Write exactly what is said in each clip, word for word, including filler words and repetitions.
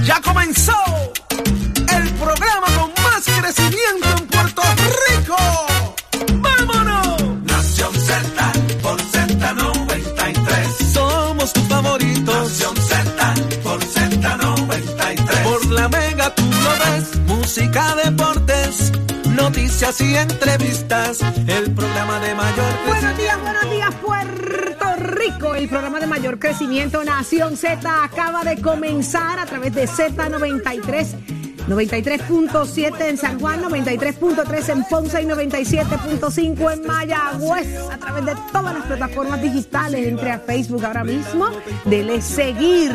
Ya comenzó el programa con más crecimiento en Puerto Rico. ¡Vámonos! Nación Z por Z noventa y tres. Somos tus favoritos. Nación Z por Z noventa y tres. Por la Mega tú lo ves. Música, deportes, noticias y entrevistas. El programa de mayor crecimiento. Buenos días, buenos días, Puerto Rico. El programa de mayor crecimiento Nación Z acaba de comenzar a través de Z noventa y tres. noventa y tres punto siete en San Juan, noventa y tres punto tres en Ponce y noventa y siete punto cinco en Mayagüez. A través de todas las plataformas digitales. Entre a Facebook ahora mismo. Dele seguir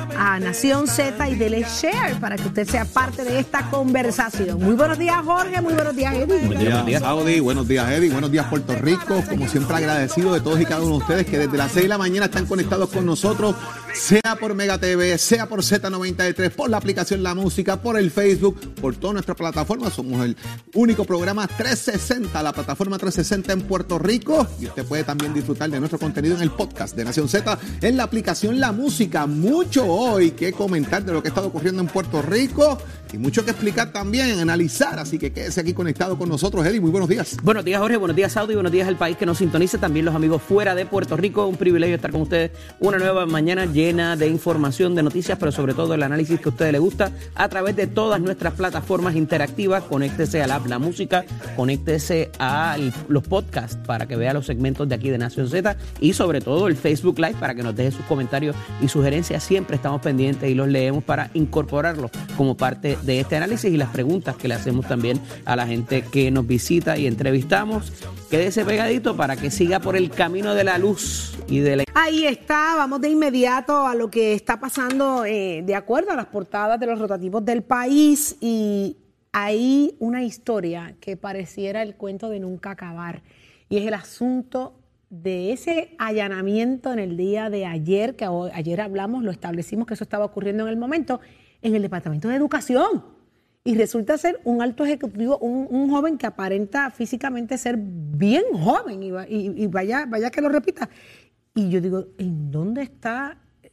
a Nación Z y dele share para que usted sea parte de esta conversación. Muy buenos días, Jorge. Muy buenos días, Eddie. Buenos días, días. Saudi. Buenos días, Eddie. Buenos días, Puerto Rico. Como siempre, agradecido de todos y cada uno de ustedes que desde las seis de la mañana están conectados con nosotros, sea por Mega T V, sea por Z noventa y tres, por la aplicación La Música, por el Facebook, por todas nuestras plataformas. Somos el único programa trescientos sesenta, la plataforma trescientos sesenta en Puerto Rico. Y usted puede también disfrutar de nuestro contenido en el podcast de Nación Z, en la aplicación La Música. Mucho hoy que comentar de lo que ha estado ocurriendo en Puerto Rico y mucho que explicar también, analizar. Así que quédese aquí conectado con nosotros, Eddie. Muy buenos días. Buenos días, Jorge. Buenos días, Saudi. Buenos días al país que nos sintoniza. También los amigos fuera de Puerto Rico. Un privilegio estar con ustedes una nueva mañana llena de información, de noticias, pero sobre todo el análisis que a ustedes les gusta a través de todas nuestras plataformas interactivas. Conéctese al app La Música, conéctese a los podcasts para que vea los segmentos de aquí de Nación Z y sobre todo el Facebook Live para que nos deje sus comentarios y sugerencias. Siempre estamos pendientes y los leemos para incorporarlos como parte de este análisis y las preguntas que le hacemos también a la gente que nos visita y entrevistamos. Quédese pegadito para que siga por el camino de la luz y de la... Ahí está, vamos de inmediato a lo que está pasando eh, de acuerdo a las portadas de los rotativos del país, y hay una historia que pareciera el cuento de nunca acabar, y es el asunto de ese allanamiento en el día de ayer, que hoy, ayer hablamos, lo establecimos que eso estaba ocurriendo en el momento, en el Departamento de Educación. Y resulta ser un alto ejecutivo, un, un joven que aparenta físicamente ser bien joven, y, y, y vaya, vaya que lo repita. Y yo digo, ¿en dónde está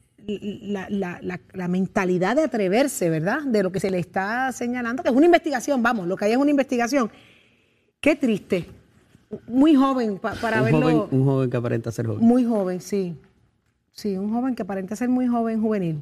la, la, la, la mentalidad de atreverse, verdad? De lo que se le está señalando, que es una investigación, vamos, lo que hay es una investigación. Qué triste. Muy joven pa, para un verlo. Joven, un joven que aparenta ser joven. Muy joven, sí. Sí, un joven que aparenta ser muy joven, juvenil.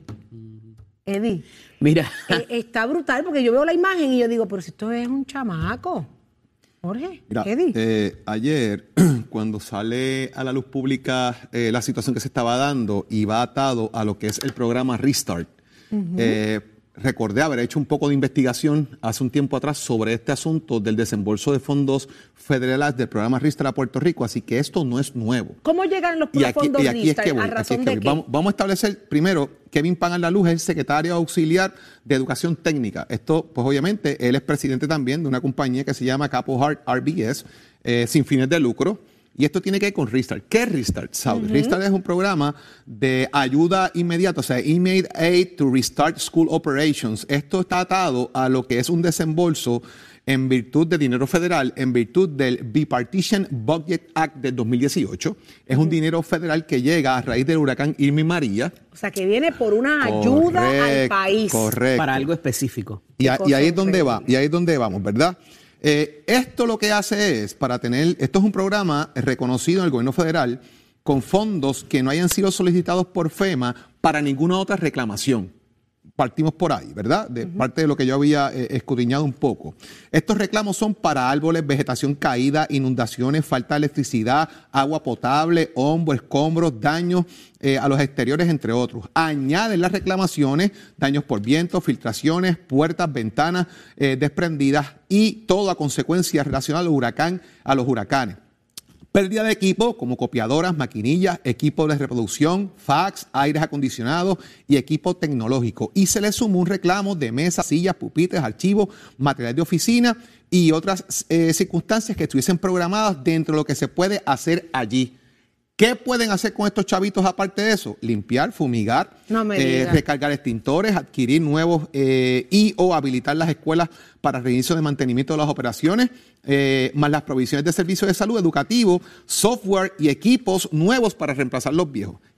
Eddie, mira, eh, está brutal porque yo veo la imagen y yo digo, pero si esto es un chamaco. Jorge, Mira, Eddie. Eh, ayer, cuando sale a la luz pública eh, la situación que se estaba dando y va atado a lo que es el programa Restart, uh-huh. eh, recordé haber hecho un poco de investigación hace un tiempo atrás sobre este asunto del desembolso de fondos federales del programa Restart a Puerto Rico, así que esto no es nuevo. ¿Cómo llegan los y aquí, fondos y aquí Restart? Es que voy, ¿A razón es que de voy. qué? Vamos, vamos a establecer primero, Kevin Pan La Luz es el secretario auxiliar de Educación Técnica. Esto, pues obviamente, él es presidente también de una compañía que se llama Capo Hart R B S, eh, sin fines de lucro. Y esto tiene que ver con Restart. ¿Qué es Restart, Saudi? Uh-huh. Restart es un programa de ayuda inmediata, o sea, Immediate Aid to Restart School Operations. Esto está atado a lo que es un desembolso en virtud de dinero federal, en virtud del Bipartisan Budget Act del dos mil dieciocho. Es un dinero federal que llega a raíz del huracán Irma y María. O sea, que viene por una ayuda correcto, al país. Correcto. Para algo específico. Y, a, y ahí es donde va, y ahí es donde vamos, ¿verdad? Eh, esto lo que hace es, para tener, esto es un programa reconocido en el gobierno federal con fondos que no hayan sido solicitados por FEMA para ninguna otra reclamación. Partimos por ahí, ¿verdad? De uh-huh. parte de lo que yo había eh, escudriñado un poco. Estos reclamos son para árboles, vegetación caída, inundaciones, falta de electricidad, agua potable, hongo, escombros, daños eh, a los exteriores, entre otros. Añaden las reclamaciones, daños por viento, filtraciones, puertas, ventanas eh, desprendidas y todo a consecuencia relacionada al huracán, a los huracanes. Pérdida de equipo como copiadoras, maquinillas, equipo de reproducción, fax, aires acondicionados y equipo tecnológico. Y se le sumó un reclamo de mesas, sillas, pupitres, archivos, material de oficina y otras eh, circunstancias que estuviesen programadas dentro de lo que se puede hacer allí. ¿Qué pueden hacer con estos chavitos aparte de eso? Limpiar, fumigar, no me eh, recargar extintores, adquirir nuevos eh, y o habilitar las escuelas para reinicio de mantenimiento de las operaciones, eh, más las provisiones de servicios de salud educativo, software y equipos nuevos para reemplazar los viejos.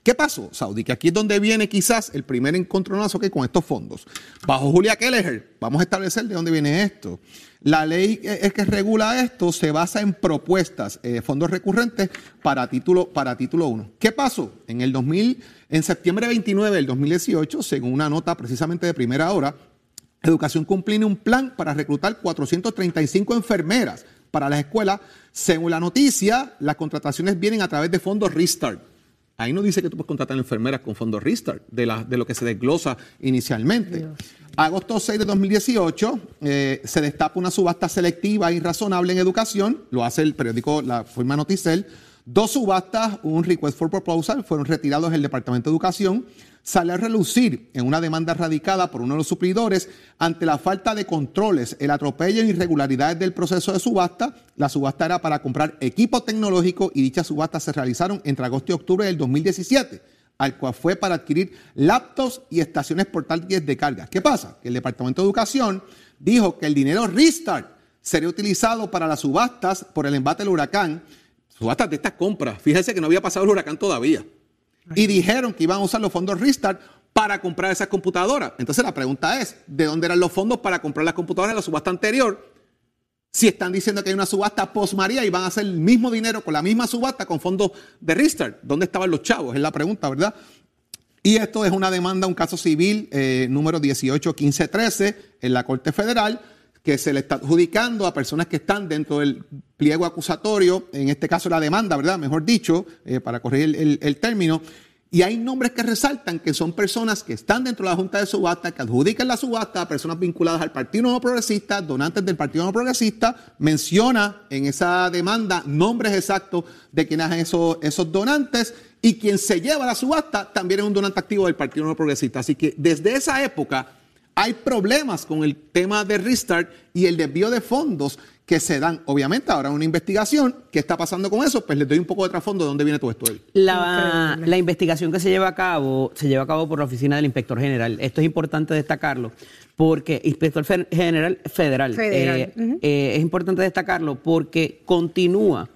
¿Qué pasó, Saudi? Que aquí es donde viene quizás el primer encontronazo que hay con estos fondos. Bajo Julia Kelleher, vamos a establecer de dónde viene esto. La ley es que regula esto se basa en propuestas, eh, fondos recurrentes para título para título uno. ¿Qué pasó? En el dos mil, en septiembre veintinueve del dos mil dieciocho, según una nota precisamente de Primera Hora, Educación cumple un plan para reclutar cuatrocientas treinta y cinco enfermeras para las escuelas. Según la noticia, las contrataciones vienen a través de fondos Restart. Ahí no dice que tú puedes contratar enfermeras con fondos Restart, de, la, de lo que se desglosa inicialmente. Dios. Agosto seis de dos mil dieciocho, eh, se destapa una subasta selectiva e irrazonable en educación, lo hace el periódico, la firma Noticel. Dos subastas, un request for proposal, fueron retirados del Departamento de Educación. Sale a relucir en una demanda radicada por uno de los suplidores ante la falta de controles, el atropello e irregularidades del proceso de subasta. La subasta era para comprar equipo tecnológico y dichas subastas se realizaron entre agosto y octubre del dos mil diecisiete, al cual fue para adquirir laptops y estaciones portátiles de carga. ¿Qué pasa? Que el Departamento de Educación dijo que el dinero Restart sería utilizado para las subastas por el embate del huracán, subastas de estas compras. Fíjense que no había pasado el huracán todavía. Y dijeron que iban a usar los fondos Restart para comprar esas computadoras. Entonces la pregunta es, ¿de dónde eran los fondos para comprar las computadoras en la subasta anterior? Si están diciendo que hay una subasta post-María y van a hacer el mismo dinero con la misma subasta con fondos de Restart, ¿dónde estaban los chavos? Es la pregunta, ¿verdad? Y esto es una demanda, un caso civil eh, número dieciocho quince trece en la Corte Federal, que se le está adjudicando a personas que están dentro del pliego acusatorio, en este caso la demanda, ¿verdad? Mejor dicho, eh, para corregir el, el, el término. Y hay nombres que resaltan que son personas que están dentro de la Junta de Subasta, que adjudican la subasta a personas vinculadas al Partido Nuevo Progresista, donantes del Partido Nuevo Progresista. Menciona en esa demanda nombres exactos de quienes hacen esos, esos donantes, y quien se lleva la subasta también es un donante activo del Partido Nuevo Progresista. Así que desde esa época hay problemas con el tema de Restart y el desvío de fondos que se dan. Obviamente, ahora una investigación. ¿Qué está pasando con eso? Pues les doy un poco de trasfondo de dónde viene todo esto. La, la investigación que se lleva a cabo, se lleva a cabo por la Oficina del Inspector General. Esto es importante destacarlo, porque Inspector General Federal, Federal. Eh, Uh-huh. eh, es importante destacarlo porque continúa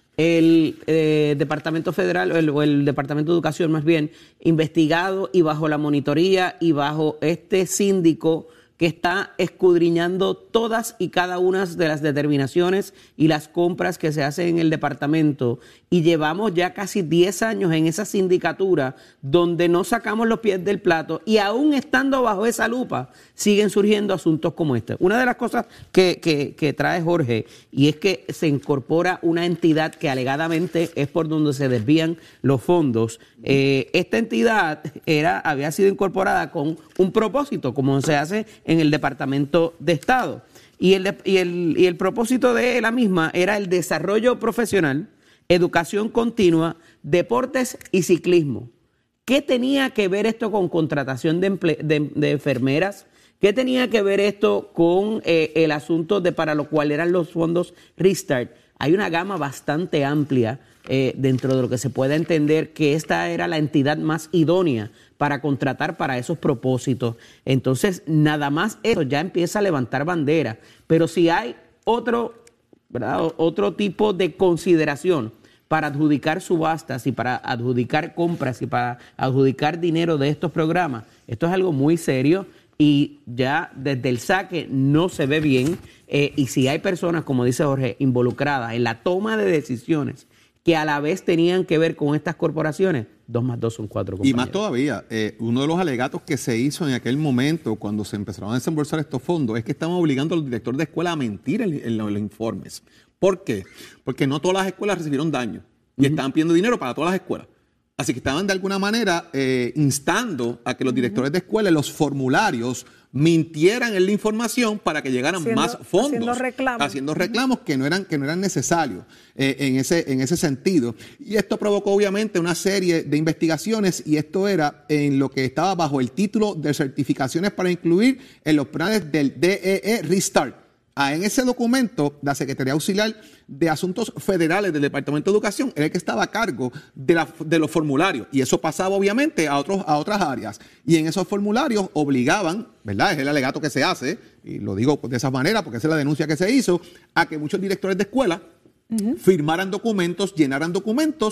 el eh, Departamento Federal, o el, o el Departamento de Educación más bien, investigado y bajo la monitoría y bajo este síndico que está escudriñando todas y cada una de las determinaciones y las compras que se hacen en el departamento. Y llevamos ya casi diez años en esa sindicatura donde no sacamos los pies del plato, y aún estando bajo esa lupa siguen surgiendo asuntos como este. Una de las cosas que, que, que trae Jorge, y es que se incorpora una entidad que alegadamente es por donde se desvían los fondos. Eh, esta entidad era, había sido incorporada con un propósito, como se hace en el Departamento de Estado. Y el, y el, y el propósito de la misma era el desarrollo profesional, educación continua, deportes y ciclismo. ¿Qué tenía que ver esto con contratación de, emple- de, de enfermeras? ¿Qué tenía que ver esto con eh, el asunto de para lo cual eran los fondos Restart? Hay una gama bastante amplia eh, dentro de lo que se puede entender que esta era la entidad más idónea para contratar para esos propósitos. Entonces, nada más eso ya empieza a levantar bandera. Pero si hay otro, ¿verdad? otro tipo de consideración para adjudicar subastas y para adjudicar compras y para adjudicar dinero de estos programas, esto es algo muy serio y ya desde el saque no se ve bien. Eh, y si hay personas, como dice Jorge, involucradas en la toma de decisiones que a la vez tenían que ver con estas corporaciones, dos más dos son cuatro, compañeros. Y más todavía, eh, uno de los alegatos que se hizo en aquel momento cuando se empezaron a desembolsar estos fondos es que estaban obligando a los directores de escuela a mentir en, en los informes. ¿Por qué? Porque no todas las escuelas recibieron daño y uh-huh. estaban pidiendo dinero para todas las escuelas. Así que estaban de alguna manera eh, instando a que los directores de escuela en los formularios mintieran en la información para que llegaran haciendo, más fondos. Haciendo reclamos. Haciendo reclamos que no eran, que no eran necesarios eh, en, ese, en ese sentido. Y esto provocó obviamente una serie de investigaciones, y esto era en lo que estaba bajo el título de certificaciones para incluir en los planes del D E E Restart. Ah, en ese documento, la Secretaría Auxiliar de Asuntos Federales del Departamento de Educación era el que estaba a cargo de, la, de los formularios, y eso pasaba obviamente a, otros, a otras áreas. Y en esos formularios obligaban, ¿verdad? Es el alegato que se hace, y lo digo de esa manera porque esa es la denuncia que se hizo, a que muchos directores de escuela uh-huh. firmaran documentos, llenaran documentos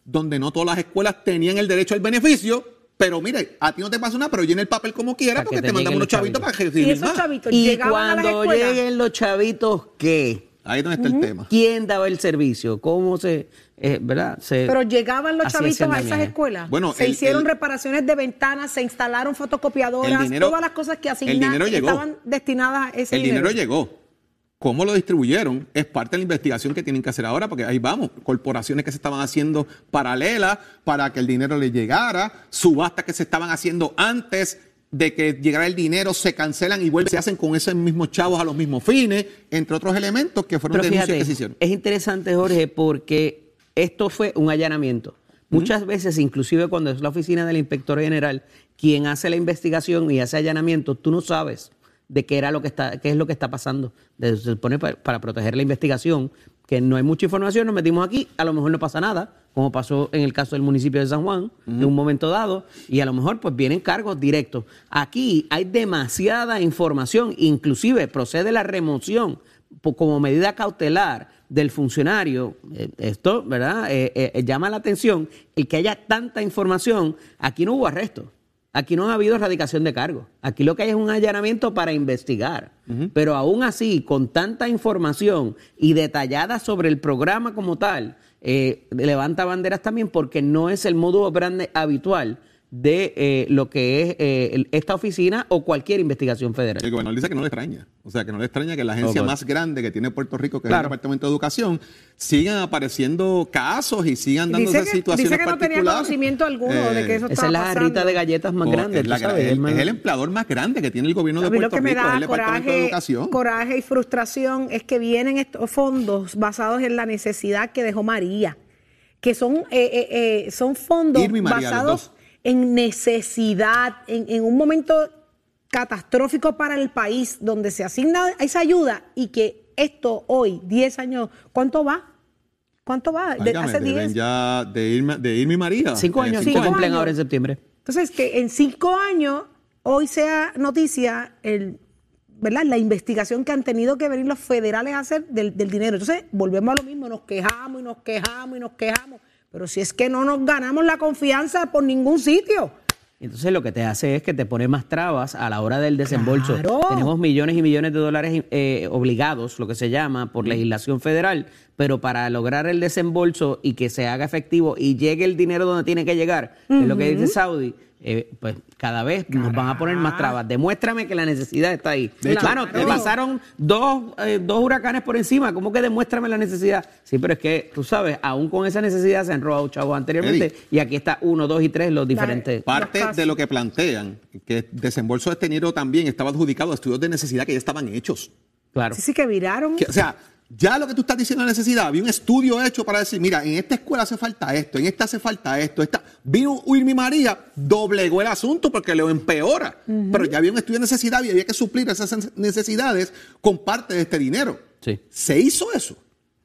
donde no todas las escuelas tenían el derecho al beneficio. Pero mire, a ti no te pasa nada, pero llena el papel como quieras porque te, te mandamos unos chavitos, chavitos para recibir y esos más. chavitos y llegaban a las cuando escuelas. lleguen los chavitos, ¿qué? Ahí es donde está uh-huh. el tema. ¿Quién daba el servicio? ¿Cómo se, eh, verdad? Se Pero llegaban los chavitos a esas escuelas. Bueno, se el, hicieron el, reparaciones de ventanas, se instalaron fotocopiadoras, dinero, todas las cosas que asignaban el dinero llegó. estaban destinadas a ese el dinero. El dinero llegó. ¿Cómo lo distribuyeron? Es parte de la investigación que tienen que hacer ahora, porque ahí vamos, corporaciones que se estaban haciendo paralelas para que el dinero les llegara, subastas que se estaban haciendo antes de que llegara el dinero, se cancelan y vuelven, se hacen con esos mismos chavos a los mismos fines, entre otros elementos que fueron Pero denuncias fíjate, que se hicieron. Es interesante, Jorge, porque esto fue un allanamiento. Muchas uh-huh. veces, inclusive cuando es la oficina del inspector general quien hace la investigación y hace allanamiento, tú no sabes de qué era lo que está, qué es lo que está pasando. Se supone para, para proteger la investigación, que no hay mucha información, nos metimos aquí, a lo mejor no pasa nada, como pasó en el caso del municipio de San Juan, uh-huh. en un momento dado, y a lo mejor pues vienen cargos directos. Aquí hay demasiada información, inclusive procede la remoción como medida cautelar del funcionario. Esto, ¿verdad? Eh, eh, llama la atención el que haya tanta información. Aquí no hubo arresto. Aquí no ha habido erradicación de cargos. Aquí lo que hay es un allanamiento para investigar. Uh-huh. Pero aún así, con tanta información y detallada sobre el programa como tal, eh, levanta banderas también porque no es el modus operandi habitual de eh, lo que es eh, esta oficina o cualquier investigación federal. El gobernador dice que no le extraña. O sea, que no le extraña que la agencia okay. más grande que tiene Puerto Rico, que claro. es el Departamento de Educación, sigan apareciendo casos y sigan dándose dice que, situaciones dice que no particulares. tenía conocimiento alguno eh, de que eso estaba pasando. Esa es la jarrita de galletas más oh, grande. Es, la, sabes, es, es el empleador más grande que tiene el gobierno de Puerto lo que me Rico, da es el Departamento coraje, de Educación. Coraje y frustración es que vienen estos fondos basados en la necesidad que dejó María, que son, eh, eh, eh, son fondos María, basados en necesidad, en, en un momento catastrófico para el país, donde se asigna esa ayuda y que esto hoy, diez años, ¿cuánto va? ¿Cuánto va? De, Válgame, hace diez. Ya de Irma, de Irma y María. Cinco años, eh, cinco se cumplen ahora en septiembre. Entonces, que en cinco años, hoy sea noticia el, ¿verdad? La investigación que han tenido que venir los federales a hacer del, del dinero. Entonces, volvemos a lo mismo, nos quejamos y nos quejamos y nos quejamos. Pero si es que no nos ganamos la confianza por ningún sitio. Entonces lo que te hace es que te pone más trabas a la hora del desembolso. Claro. Tenemos millones y millones de dólares eh, obligados, lo que se llama, por legislación federal, pero para lograr el desembolso y que se haga efectivo y llegue el dinero donde tiene que llegar, uh-huh. es lo que dice Saudi, eh, pues cada vez Carajo. nos van a poner más trabas. Demuéstrame que la necesidad está ahí. De hecho, bueno, te pasaron dos, eh, dos huracanes por encima. ¿Cómo que demuéstrame la necesidad? Sí, pero es que, tú sabes, aún con esa necesidad se han robado chavos anteriormente. Eddie, y aquí está uno, dos y tres los diferentes. Parte de lo que plantean, que el desembolso de este dinero también estaba adjudicado a estudios de necesidad que ya estaban hechos. Claro. Sí, sí, que viraron. Que, o sea, ya lo que tú estás diciendo de necesidad, había un estudio hecho para decir, mira, en esta escuela hace falta esto, en esta hace falta esto, esta. Vino Irma María, doblegó el asunto porque lo empeora, uh-huh. pero ya había un estudio de necesidad y había que suplir esas necesidades con parte de este dinero. Sí. ¿Se hizo eso?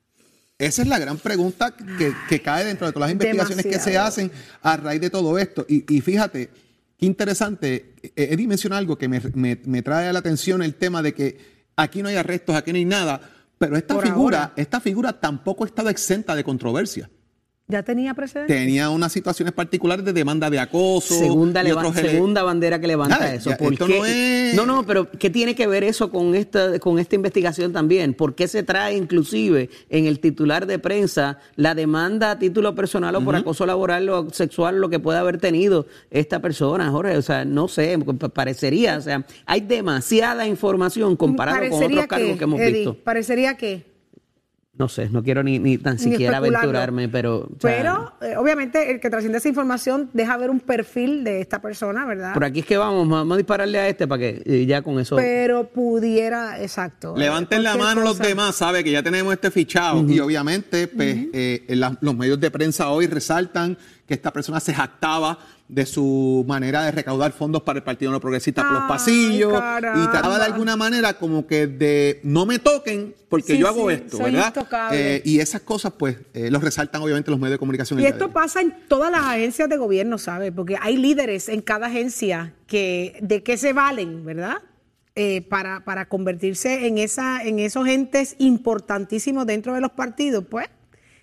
Esa es la gran pregunta que, que cae dentro de todas las investigaciones Demasiado. que se hacen a raíz de todo esto. Y, y fíjate, qué interesante, Eddie menciona algo que me, me, me trae a la atención el tema de que aquí no hay arrestos, aquí no hay nada. Pero esta Por figura, ahora. esta figura tampoco ha estado exenta de controversia. ¿Ya tenía precedentes? Tenía unas situaciones particulares de demanda de acoso. Segunda, y leva- segunda bandera que levanta Dale, eso. Ya, ¿Por esto qué? No, es... no, no, pero ¿qué tiene que ver eso con esta, con esta investigación también? ¿Por qué se trae inclusive en el titular de prensa la demanda a título personal o por uh-huh. acoso laboral o sexual, lo que pueda haber tenido esta persona, Jorge? O sea, no sé, parecería, o sea, hay demasiada información comparado con otros que, cargos que hemos Eddie, visto. Parecería que... No sé, no quiero ni, ni tan ni siquiera aventurarme, pero... O sea, pero, eh, obviamente, el que trasciende esa información deja ver un perfil de esta persona, ¿verdad? Por aquí es que vamos, vamos a dispararle a este para que eh, ya con eso... Pero pudiera, exacto. Levanten la mano cosa. los demás, ¿sabe? Que ya tenemos este fichado. Uh-huh. Y obviamente, pues, uh-huh. eh, la, los medios de prensa hoy resaltan que esta persona se jactaba de su manera de recaudar fondos para el Partido No Progresista por los pasillos. Caramba. Y trataba de alguna manera como que de no me toquen porque sí, yo hago sí, esto, soy ¿verdad? Intocable. Eh, y esas cosas, pues, eh, los resaltan obviamente los medios de comunicación. Y esto pasa en todas las agencias de gobierno, ¿sabes? Porque hay líderes en cada agencia que de qué se valen, ¿verdad? Eh, para, para convertirse en, esa, en esos entes importantísimos dentro de los partidos, pues.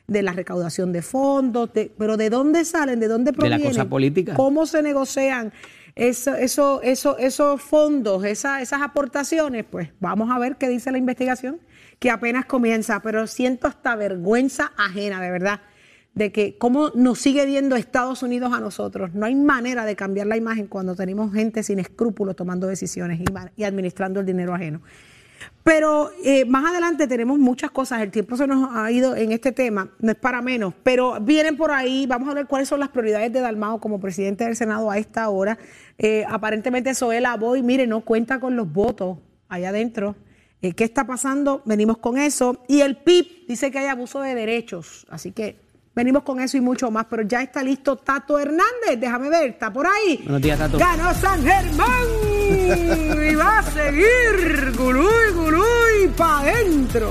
de la recaudación de fondos, de, pero ¿de dónde salen? ¿De dónde provienen? De la cosa política. ¿Cómo se negocian eso, eso, eso, esos fondos, esa, esas aportaciones? Pues vamos a ver qué dice la investigación, que apenas comienza, pero siento hasta vergüenza ajena, de verdad, de que cómo nos sigue viendo Estados Unidos a nosotros. No hay manera de cambiar la imagen cuando tenemos gente sin escrúpulos tomando decisiones y, y administrando el dinero ajeno. Pero eh, más adelante tenemos muchas cosas, el tiempo se nos ha ido en este tema, no es para menos, pero vienen por ahí, vamos a ver cuáles son las prioridades de Dalmau como presidente del Senado a esta hora. Eh, aparentemente Zoé Aboy, mire, no cuenta con los votos allá adentro. Eh, ¿Qué está pasando? Venimos con eso. Y el P I B dice que hay abuso de derechos, así que venimos con eso y mucho más, pero ya está listo Tato Hernández, déjame ver, está por ahí. Buenos días, Tato. Ganó San Germán y va a seguir guluy, guluy, pa' adentro.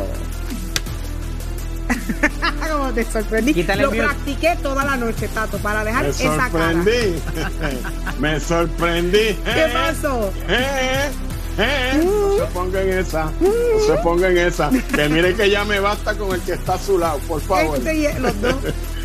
Como te sorprendí. Quítale Lo el mute. practiqué toda la noche, Tato, para dejar Me esa cara. sorprendí. Me sorprendí. ¿Qué pasó? Eh, eh, no se ponga en esa, no se ponga en esa. Que mire que ya me basta con el que está a su lado, por favor. Este y los dos.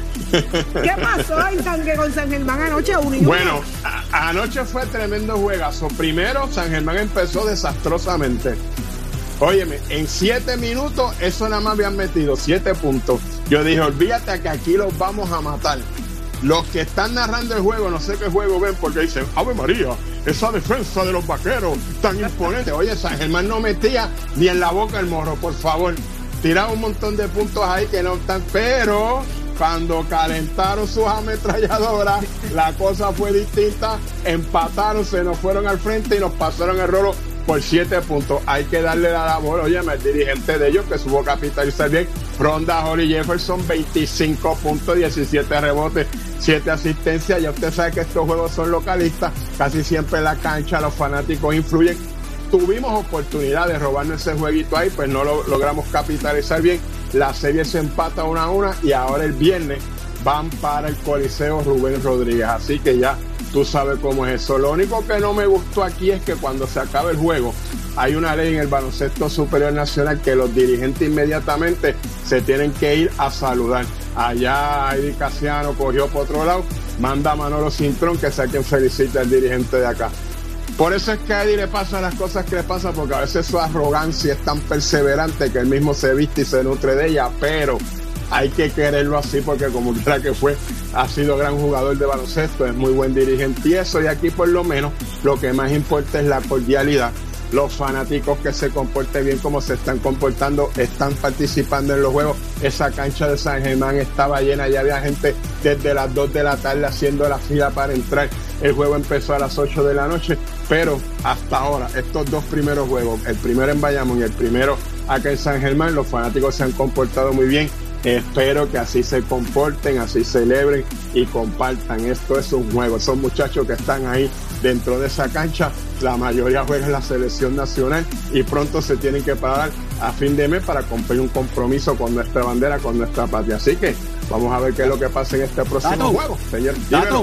¿Qué pasó en San, con San Germán anoche? Uno y uno. Bueno, a- anoche fue tremendo juegazo. Primero, San Germán empezó desastrosamente. Óyeme, en siete minutos, eso nada más habían metido, siete puntos. Yo dije, olvídate que aquí los vamos a matar. Los que están narrando el juego, no sé qué juego ven, porque dicen, Ave María, esa defensa de los vaqueros tan imponente. Oye, San Germán no metía ni en la boca el morro, por favor. Tiraba un montón de puntos ahí que no están, pero cuando calentaron sus ametralladoras, la cosa fue distinta. Empataron, se nos fueron al frente y nos pasaron el rolo por siete puntos. Hay que darle la labor, oye, al dirigente de ellos que supo capitalizar bien. Ronda Holly Jefferson, veinticinco puntos, diecisiete rebotes, siete asistencias. Ya usted sabe que estos juegos son localistas, casi siempre en la cancha los fanáticos influyen. Tuvimos oportunidad de robarnos ese jueguito ahí, pues no lo logramos capitalizar bien. La serie se empata una a una y ahora el viernes van para el Coliseo Rubén Rodríguez. Así que ya tú sabes cómo es eso. Lo único que no me gustó aquí es que cuando se acabe el juego, hay una ley en el baloncesto superior nacional que los dirigentes inmediatamente se tienen que ir a saludar. Allá Eddie Casiano cogió por otro lado, manda a Manolo Cintrón que sea quien felicite al dirigente de acá. Por eso es que a Eddie le pasan las cosas que le pasan, porque a veces su arrogancia es tan perseverante que él mismo se viste y se nutre de ella, pero hay que quererlo así porque como quiera que fue, ha sido gran jugador de baloncesto, es muy buen dirigente y eso, y aquí por lo menos lo que más importa es la cordialidad. Los fanáticos que se comporten bien como se están comportando, están participando en los juegos. Esa cancha de San Germán estaba llena, ya había gente desde las dos de la tarde haciendo la fila para entrar. El juego empezó a las ocho de la noche, pero hasta ahora, estos dos primeros juegos, el primero en Bayamón y el primero acá en San Germán, los fanáticos se han comportado muy bien. Espero que así se comporten, así celebren y compartan. Esto es un juego. Esos muchachos que están ahí dentro de esa cancha, la mayoría juega en la selección nacional y pronto se tienen que parar a fin de mes para cumplir un compromiso con nuestra bandera, con nuestra patria. Así que vamos a ver qué es lo que pasa en este próximo Tato, juego. Señor, Tato, dímelo.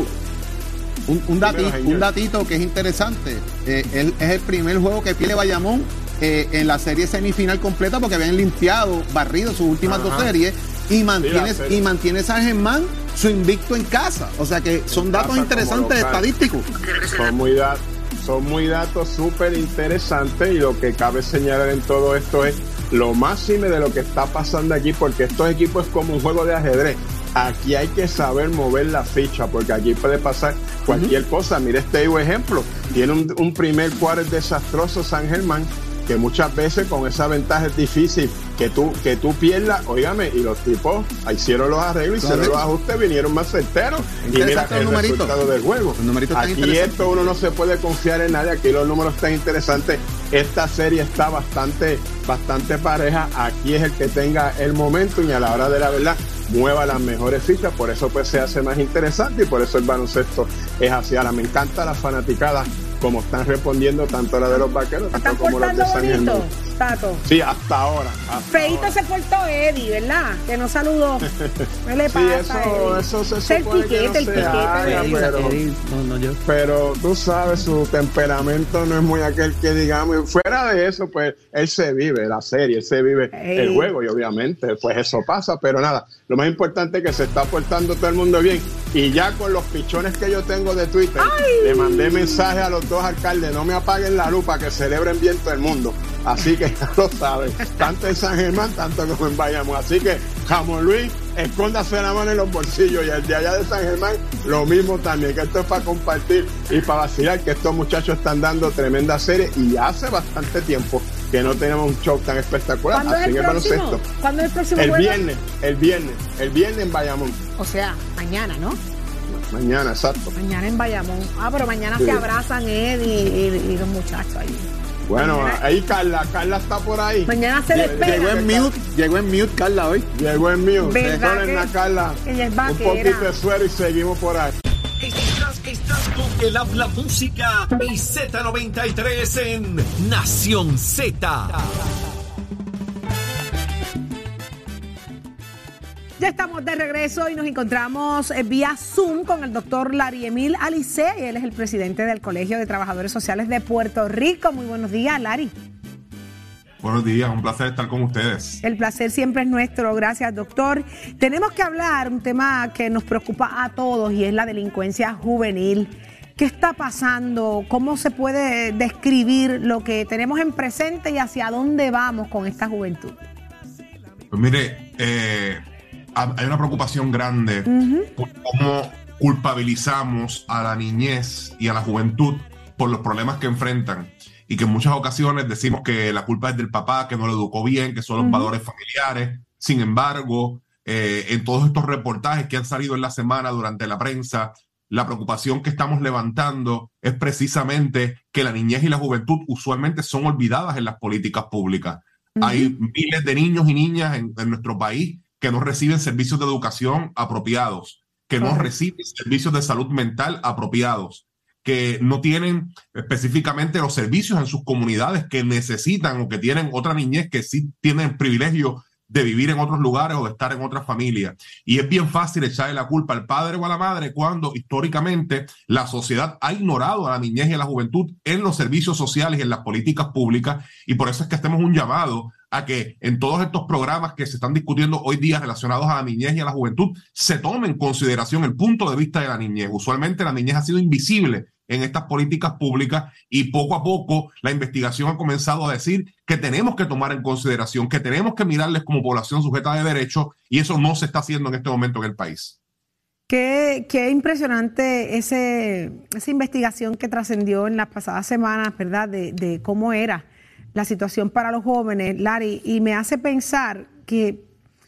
un, un, dati- Dímelo, señor. un datito que es interesante. Eh, él, es el primer juego que pierde Bayamón eh, en la serie semifinal completa porque habían limpiado, barrido sus últimas Ajá. dos series y mantiene, Sí, la serie. y mantiene San Germán su invicto en casa. O sea que son En datos casa interesantes como local. estadísticos. Son muy, da- son muy datos súper interesantes y lo que cabe señalar en todo esto es lo máximo de lo que está pasando aquí, porque estos equipos es como un juego de ajedrez. Aquí hay que saber mover la ficha, porque aquí puede pasar cualquier uh-huh. cosa. Mire este ejemplo. Tiene un, un primer cuarto desastroso San Germán, que muchas veces con esa ventaja es difícil que tú, que tú pierdas, óigame, y los tipos hicieron los arreglos, Claro. hicieron los ajustes, vinieron más certeros y mira Interesante el los numeritos. resultado del juego. Los numeritos están Aquí interesantes. esto uno no se puede confiar en nadie, aquí los números están interesantes, esta serie está bastante, bastante pareja, aquí es el que tenga el momento y a la hora de la verdad mueva las mejores fichas, por eso pues se hace más interesante y por eso el baloncesto es así. Ahora me encanta la fanaticada como están respondiendo tanto la de los vaqueros ¿Están como las de portando San Germán. bonito? Tato. Sí, hasta ahora. Hasta Feito ahora. se portó Eddie, ¿verdad? Que no saludó. ¿Qué le Sí, pasa eso, a Eddie? eso se Es el supone que piquete, no el se piquete. haga, de- pero- Eddie, no, no, yo. Pero tú sabes, su temperamento no es muy aquel que digamos. Y fuera de eso, pues él se vive la serie, él se vive Ey. el juego y obviamente pues eso pasa. Pero nada, lo más importante es que se está portando todo el mundo bien. Y ya con los pichones que yo tengo de Twitter, le mandé mensaje a los dos alcaldes, no me apaguen la luz para que celebren bien todo el mundo. Así que ya lo saben, tanto en San Germán, tanto como en Bayamón. Así que, Jamón Luis, escóndase la mano en los bolsillos, y el de allá de San Germán, lo mismo también, que esto es para compartir y para vacilar, que estos muchachos están dando tremenda serie y hace bastante tiempo que no tenemos un show tan espectacular. ¿Cuándo es Así el en el próximo? baloncesto. ¿Cuándo es el próximo El juego? viernes, el viernes, el viernes en Bayamón. O sea, mañana, ¿no? Mañana, exacto. Mañana en Bayamón. Ah, pero mañana Sí. se abrazan Eddie y, y los muchachos ahí. Bueno, Mañana- ahí Carla, Carla está por ahí. Mañana se Lle- despega. Llegó en mute, llegó en mute Carla hoy. Llegó en mío. ¿Verdad Ponen que a Carla ella es un vaquera? poquito de suero y seguimos por ahí. Estás, estás con el habla música y Z noventa y tres en Nación Z. Ya estamos de regreso y nos encontramos eh, vía Zoom con el doctor Larry Emil Alicea. Él es el presidente del Colegio de Trabajadores Sociales de Puerto Rico. Muy buenos días, Larry. Buenos días, un placer estar con ustedes. El placer siempre es nuestro. Gracias, doctor. Tenemos que hablar un tema que nos preocupa a todos y es la delincuencia juvenil. ¿Qué está pasando? ¿Cómo se puede describir lo que tenemos en presente y hacia dónde vamos con esta juventud? Pues mire, eh, hay una preocupación grande por cómo culpabilizamos a la niñez y a la juventud por los problemas que enfrentan, y que en muchas ocasiones decimos que la culpa es del papá, que no lo educó bien, que son los valores familiares. Sin embargo, eh, en todos estos reportajes que han salido en la semana durante la prensa, la preocupación que estamos levantando es precisamente que la niñez y la juventud usualmente son olvidadas en las políticas públicas. Uh-huh. Hay miles de niños y niñas en, en nuestro país que no reciben servicios de educación apropiados, que no uh-huh. reciben servicios de salud mental apropiados, que no tienen específicamente los servicios en sus comunidades que necesitan, o que tienen otra niñez que sí tienen el privilegio de vivir en otros lugares o de estar en otras familias. Y es bien fácil echarle la culpa al padre o a la madre cuando históricamente la sociedad ha ignorado a la niñez y a la juventud en los servicios sociales y en las políticas públicas. Y por eso es que hacemos un llamado a que en todos estos programas que se están discutiendo hoy día relacionados a la niñez y a la juventud se tome en consideración el punto de vista de la niñez. Usualmente la niñez ha sido invisible en estas políticas públicas, y poco a poco la investigación ha comenzado a decir que tenemos que tomar en consideración, que tenemos que mirarles como población sujeta de derechos, y eso no se está haciendo en este momento en el país. Qué, qué impresionante ese, esa investigación que trascendió en las pasadas semanas, ¿verdad? De, de cómo era la situación para los jóvenes, Larry, y me hace pensar que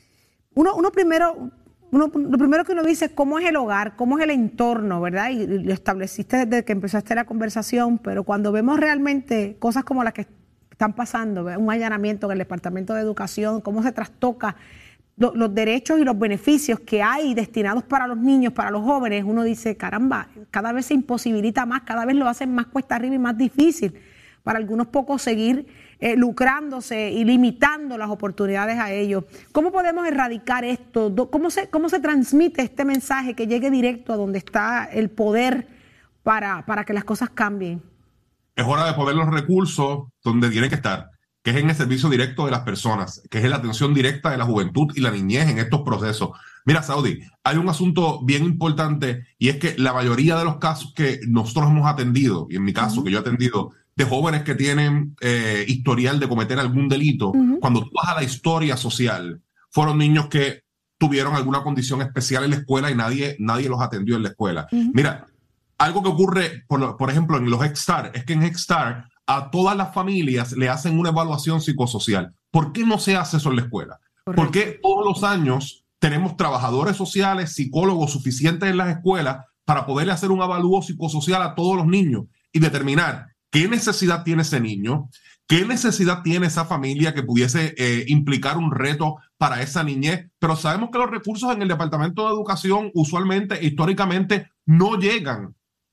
uno, uno primero... Uno, lo primero que uno dice es cómo es el hogar, cómo es el entorno, ¿verdad? Y lo estableciste desde que empezaste la conversación, pero cuando vemos realmente cosas como las que están pasando, ¿verdad? Un allanamiento en el Departamento de Educación, cómo se trastoca lo, los derechos y los beneficios que hay destinados para los niños, para los jóvenes, uno dice, caramba, cada vez se imposibilita más, cada vez lo hacen más cuesta arriba y más difícil para algunos pocos seguir eh, lucrándose y limitando las oportunidades a ellos. ¿Cómo podemos erradicar esto? ¿Cómo se, cómo se transmite este mensaje que llegue directo a donde está el poder para, para que las cosas cambien? Es hora de poner los recursos donde tienen que estar, que es en el servicio directo de las personas, que es en la atención directa de la juventud y la niñez en estos procesos. Mira, Saudi, hay un asunto bien importante, y es que la mayoría de los casos que nosotros hemos atendido, y en mi caso, uh-huh. que yo he atendido, de jóvenes que tienen eh, historial de cometer algún delito, uh-huh. cuando tú vas a la historia social, fueron niños que tuvieron alguna condición especial en la escuela y nadie, nadie los atendió en la escuela. Uh-huh. Mira, algo que ocurre, por, por ejemplo, en los Head-Start, es que en Head-Start a todas las familias le hacen una evaluación psicosocial. ¿Por qué no se hace eso en la escuela? Correcto. Porque todos los años tenemos trabajadores sociales, psicólogos suficientes en las escuelas para poderle hacer un avalúo psicosocial a todos los niños y determinar qué necesidad tiene ese niño, qué necesidad tiene esa familia que pudiese eh, implicar un reto para esa niñez. Pero sabemos que los recursos en el Departamento de Educación usualmente, históricamente, no llegan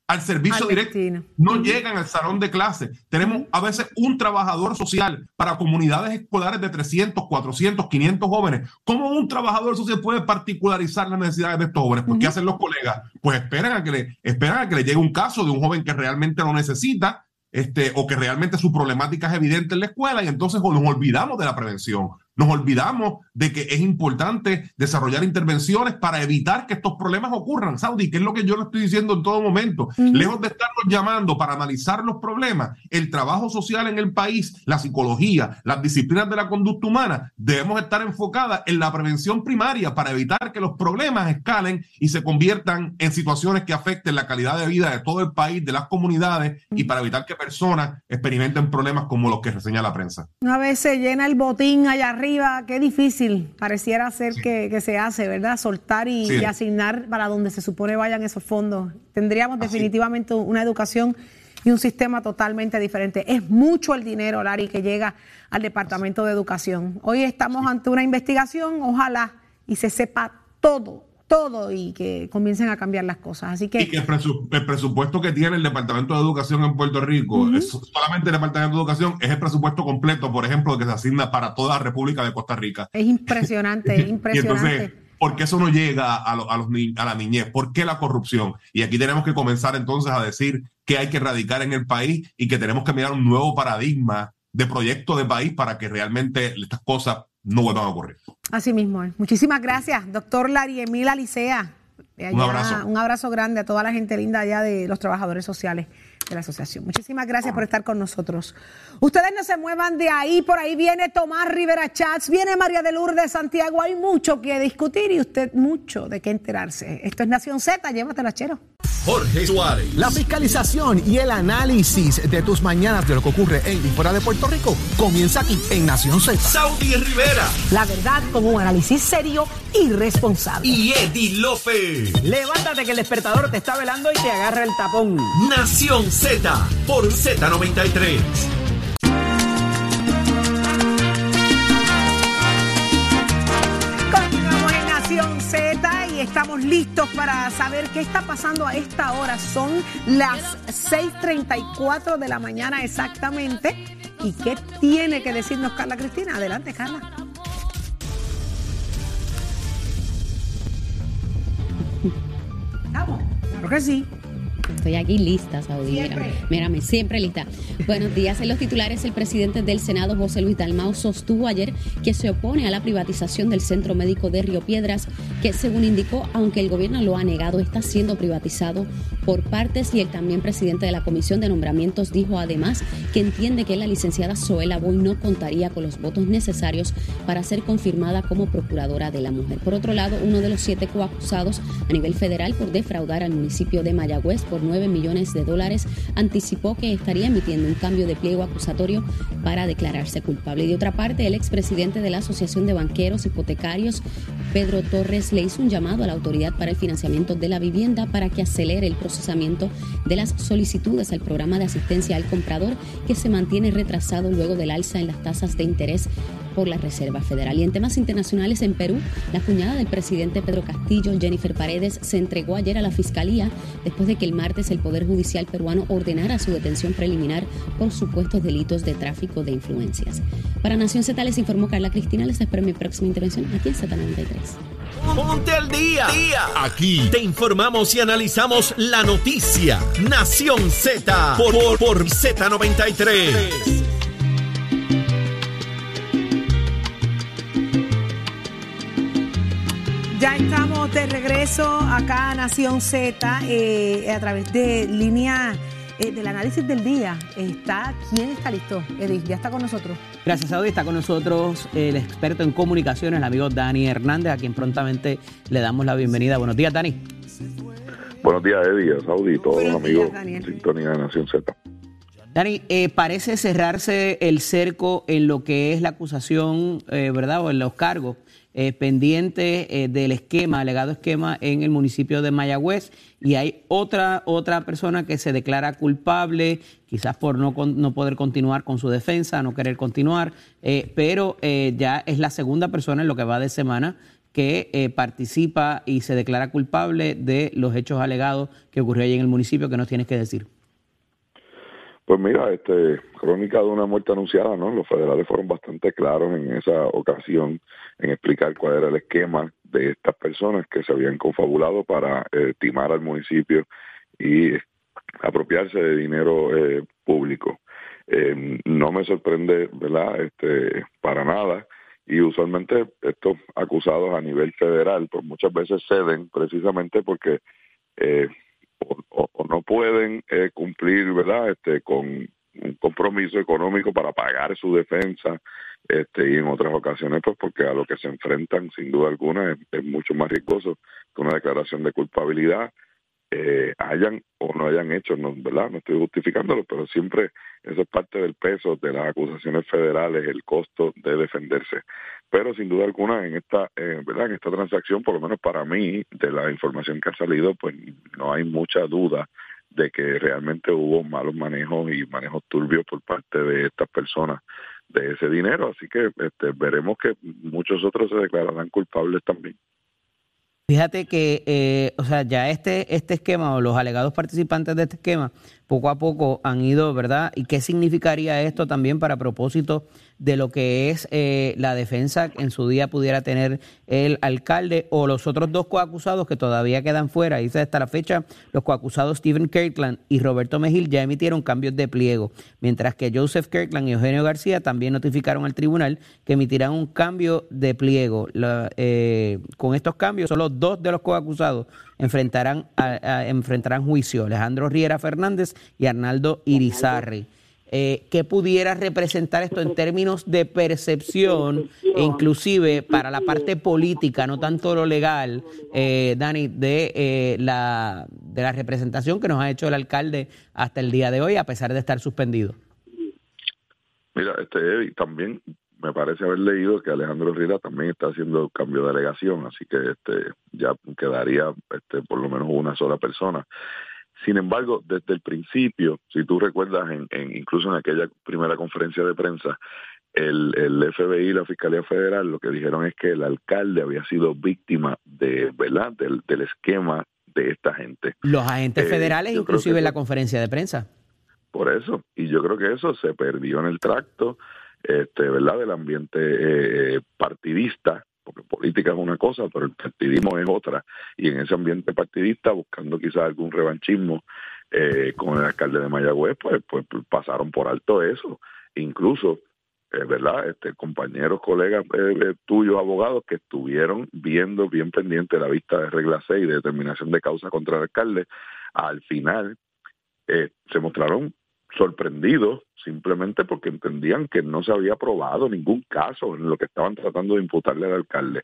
al servicio al directo, destino. no Uh-huh. llegan al salón de clase. Tenemos a veces un trabajador social para comunidades escolares de trescientos, cuatrocientos, quinientos jóvenes. ¿Cómo un trabajador social puede particularizar las necesidades de estos jóvenes? ¿Por qué Uh-huh. hacen los colegas? Pues esperan a que le, esperan a que le llegue un caso de un joven que realmente lo necesita, este, o que realmente su problemática es evidente en la escuela, y entonces nos olvidamos de la prevención. Nos olvidamos de que es importante desarrollar intervenciones para evitar que estos problemas ocurran, Saudi, que es lo que yo le estoy diciendo en todo momento. Uh-huh. Lejos de estarnos llamando para analizar los problemas, el trabajo social en el país, la psicología, las disciplinas de la conducta humana, debemos estar enfocadas en la prevención primaria para evitar que los problemas escalen y se conviertan en situaciones que afecten la calidad de vida de todo el país, de las comunidades, uh-huh. y para evitar que personas experimenten problemas como los que reseña la prensa. Una vez se llena el botín allá arriba, qué difícil pareciera ser sí. que, que se hace, ¿verdad? Soltar y, sí. y asignar para donde se supone vayan esos fondos. Tendríamos Así. definitivamente una educación y un sistema totalmente diferente. Es mucho el dinero, Larry, que llega al Departamento de Educación. Hoy estamos sí. ante una investigación, ojalá y se sepa todo, todo y que comiencen a cambiar las cosas. Así que, y que el, presu el presupuesto que tiene el Departamento de Educación en Puerto Rico, uh-huh. es solamente el Departamento de Educación, es el presupuesto completo, por ejemplo, que se asigna para toda la República de Costa Rica. Es impresionante, es impresionante. Y entonces, ¿por qué eso no llega a, lo, a, los ni a la niñez? ¿Por qué la corrupción? Y aquí tenemos que comenzar entonces a decir que hay que erradicar en el país y que tenemos que mirar un nuevo paradigma de proyecto de país para que realmente estas cosas no vuelvan a ocurrir. Así mismo es. Muchísimas gracias, doctor Larry Emil Alicea. Allá, un abrazo. Un abrazo grande a toda la gente linda allá de los trabajadores sociales de la asociación. Muchísimas gracias por estar con nosotros. Ustedes no se muevan de ahí, por ahí viene Tomás Rivera Chats, viene María de Lourdes Santiago, hay mucho que discutir y usted mucho de qué enterarse. Esto es Nación Z, llévatela, chero. Jorge Suárez. La fiscalización y el análisis de tus mañanas de lo que ocurre en y fuera de Puerto Rico comienza aquí en Nación Z. Saudi Rivera. La verdad con un análisis serio y responsable. Y Eddie López. Levántate que el despertador te está velando y te agarra el tapón. Nación Z por Z noventa y tres. Continuamos en Nación Z y estamos listos para saber qué está pasando a esta hora. Son las seis treinta y cuatro de la mañana exactamente. ¿Y qué tiene que decirnos Carla Cristina? Adelante, Carla. ¿Estamos? Claro que sí. Estoy aquí lista, Saudi. Mírame, mírame, siempre lista. Buenos días. En los titulares, el presidente del Senado, José Luis Dalmau, sostuvo ayer que se opone a la privatización del Centro Médico de Río Piedras, que según indicó, aunque el gobierno lo ha negado, está siendo privatizado por partes. Y el también presidente de la Comisión de Nombramientos dijo además que entiende que la licenciada Zoela Boy no contaría con los votos necesarios para ser confirmada como procuradora de la mujer. Por otro lado, uno de los siete coacusados a nivel federal por defraudar al municipio de Mayagüez por nueve millones de dólares, anticipó que estaría emitiendo un cambio de pliego acusatorio para declararse culpable. Y de otra parte, el expresidente de la Asociación de Banqueros Hipotecarios, Pedro Torres, le hizo un llamado a la Autoridad para el Financiamiento de la Vivienda para que acelere el procesamiento de las solicitudes al programa de asistencia al comprador, que se mantiene retrasado luego del alza en las tasas de interés por la Reserva Federal. Y en temas internacionales, en Perú, la cuñada del presidente Pedro Castillo, Jennifer Paredes, se entregó ayer a la Fiscalía después de que el martes el Poder Judicial peruano ordenara su detención preliminar por supuestos delitos de tráfico de influencias. Para Nación Z les informó Carla Cristina. Les espero en mi próxima intervención aquí en Z noventa y tres. Ponte al día. día. Aquí te informamos y analizamos la noticia. Nación Z por, por, por Z noventa y tres. Ya estamos de regreso acá a Nación Z eh, a través de línea eh, del análisis del día. Está, ¿quién está listo? Edith, ya está con nosotros. Gracias, Saudi. Está con nosotros el experto en comunicaciones, el amigo Dani Hernández, a quien prontamente le damos la bienvenida. Buenos días, Dani. Buenos días, Eddie, Saudi, todos Buenos los amigos días, en sintonía de Nación Z. Dani, eh, parece cerrarse el cerco en lo que es la acusación, eh, ¿verdad? O en los cargos eh, pendientes eh, del esquema, alegado esquema en el municipio de Mayagüez. Y hay otra, otra persona que se declara culpable, quizás por no, con, no poder continuar con su defensa, no querer continuar, eh, pero eh, ya es la segunda persona en lo que va de semana que eh, participa y se declara culpable de los hechos alegados que ocurrió allí en el municipio. ¿Qué nos tienes que decir? Pues mira, este, crónica de una muerte anunciada, ¿no? Los federales fueron bastante claros en esa ocasión en explicar cuál era el esquema de estas personas que se habían confabulado para eh, timar al municipio y apropiarse de dinero eh, público. Eh, no me sorprende, ¿verdad? Este, para nada. Y usualmente estos acusados a nivel federal, pues muchas veces ceden precisamente porque eh, o, o, o no pueden eh, cumplir, ¿verdad? Este, con un compromiso económico para pagar su defensa, este, y en otras ocasiones, pues porque a lo que se enfrentan, sin duda alguna, es, es mucho más riesgoso que una declaración de culpabilidad. Eh, hayan o no hayan hecho, no, ¿verdad? No estoy justificándolo, pero siempre eso es parte del peso de las acusaciones federales, el costo de defenderse. Pero sin duda alguna en esta, eh, ¿verdad? En esta transacción, por lo menos para mí, de la información que ha salido, pues no hay mucha duda de que realmente hubo malos manejos y manejos turbios por parte de estas personas de ese dinero. Así que este, veremos que muchos otros se declararán culpables también. Fíjate que, eh, o sea, ya este, este esquema o los alegados participantes de este esquema poco a poco han ido, ¿verdad? ¿Y qué significaría esto también para propósito de lo que es eh, la defensa que en su día pudiera tener el alcalde o los otros dos coacusados que todavía quedan fuera? Dice hasta la fecha, los coacusados Stephen Kirkland y Roberto Mejil ya emitieron cambios de pliego, mientras que Joseph Kirkland y Eugenio García también notificaron al tribunal que emitirán un cambio de pliego. La, eh, con estos cambios, solo dos de los coacusados enfrentarán, a, a, enfrentarán juicio, Alejandro Riera Fernández y Arnaldo Irizarry. Eh, ¿Qué pudiera representar esto en términos de percepción e inclusive para la parte política, no tanto lo legal, eh, Dani, de, eh, la, de la representación que nos ha hecho el alcalde hasta el día de hoy, a pesar de estar suspendido? Mira, este Eddie, también me parece haber leído que Alejandro Riera también está haciendo cambio de delegación, así que este ya quedaría este por lo menos una sola persona. Sin embargo, desde el principio, si tú recuerdas, en, en incluso en aquella primera conferencia de prensa, el, el F B I y la Fiscalía Federal lo que dijeron es que el alcalde había sido víctima de, ¿verdad?, del, del esquema de esta gente. Los agentes eh, federales, inclusive en la conferencia de prensa. Por eso, y yo creo que eso se perdió en el tracto, este, ¿verdad?, del ambiente eh, partidista, porque política es una cosa, pero el partidismo es otra, y en ese ambiente partidista, buscando quizás algún revanchismo eh, con el alcalde de Mayagüez, pues, pues pasaron por alto eso, incluso, eh, ¿verdad?, este, compañeros, colegas eh, tuyos, abogados, que estuvieron viendo bien pendiente la vista de regla seis de determinación de causa contra el alcalde, al final eh, se mostraron sorprendidos simplemente porque entendían que no se había probado ningún caso en lo que estaban tratando de imputarle al alcalde.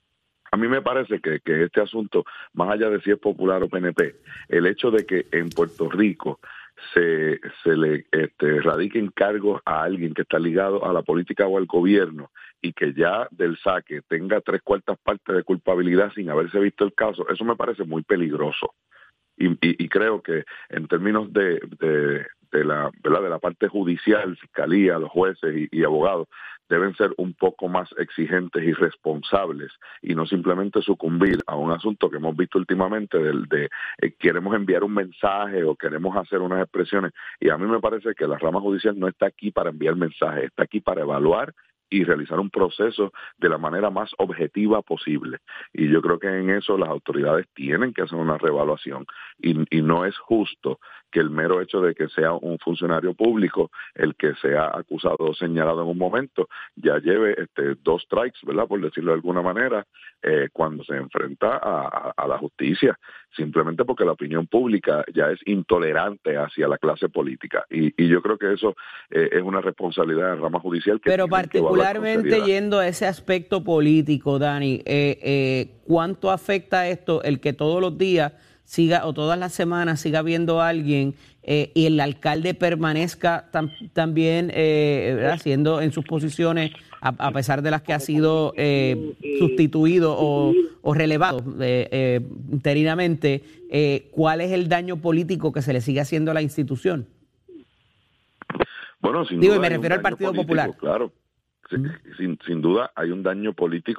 A mí me parece que, que este asunto, más allá de si es popular o P N P, el hecho de que en Puerto Rico se, se le este, radiquen cargos a alguien que está ligado a la política o al gobierno y que ya del saque tenga tres cuartas partes de culpabilidad sin haberse visto el caso, eso me parece muy peligroso. Y, y, y creo que en términos de, de, de la verdad de la parte judicial, fiscalía, los jueces y, y abogados deben ser un poco más exigentes y responsables y no simplemente sucumbir a un asunto que hemos visto últimamente del de eh, queremos enviar un mensaje o queremos hacer unas expresiones, y a mí me parece que la rama judicial no está aquí para enviar mensajes, está aquí para evaluar y realizar un proceso de la manera más objetiva posible. Y yo creo que en eso las autoridades tienen que hacer una reevaluación y, y no es justo que el mero hecho de que sea un funcionario público el que sea acusado o señalado en un momento ya lleve este, dos strikes, ¿verdad?, por decirlo de alguna manera, eh, cuando se enfrenta a, a, a la justicia, simplemente porque la opinión pública ya es intolerante hacia la clase política. Y, y yo creo que eso eh, es una responsabilidad de la rama judicial. Que Pero particularmente yendo a ese aspecto político, Dani, eh, eh, ¿cuánto afecta esto el que todos los días siga o todas las semanas siga viendo a alguien eh, y el alcalde permanezca tam, también eh, haciendo en sus posiciones a, a pesar de las que ha sido eh, sustituido o, o relevado eh, eh, interinamente? Eh, ¿Cuál es el daño político que se le sigue haciendo a la institución? Bueno, sin Digo, duda y me refiero al Partido político, Popular. Claro. Sin, sin duda hay un daño político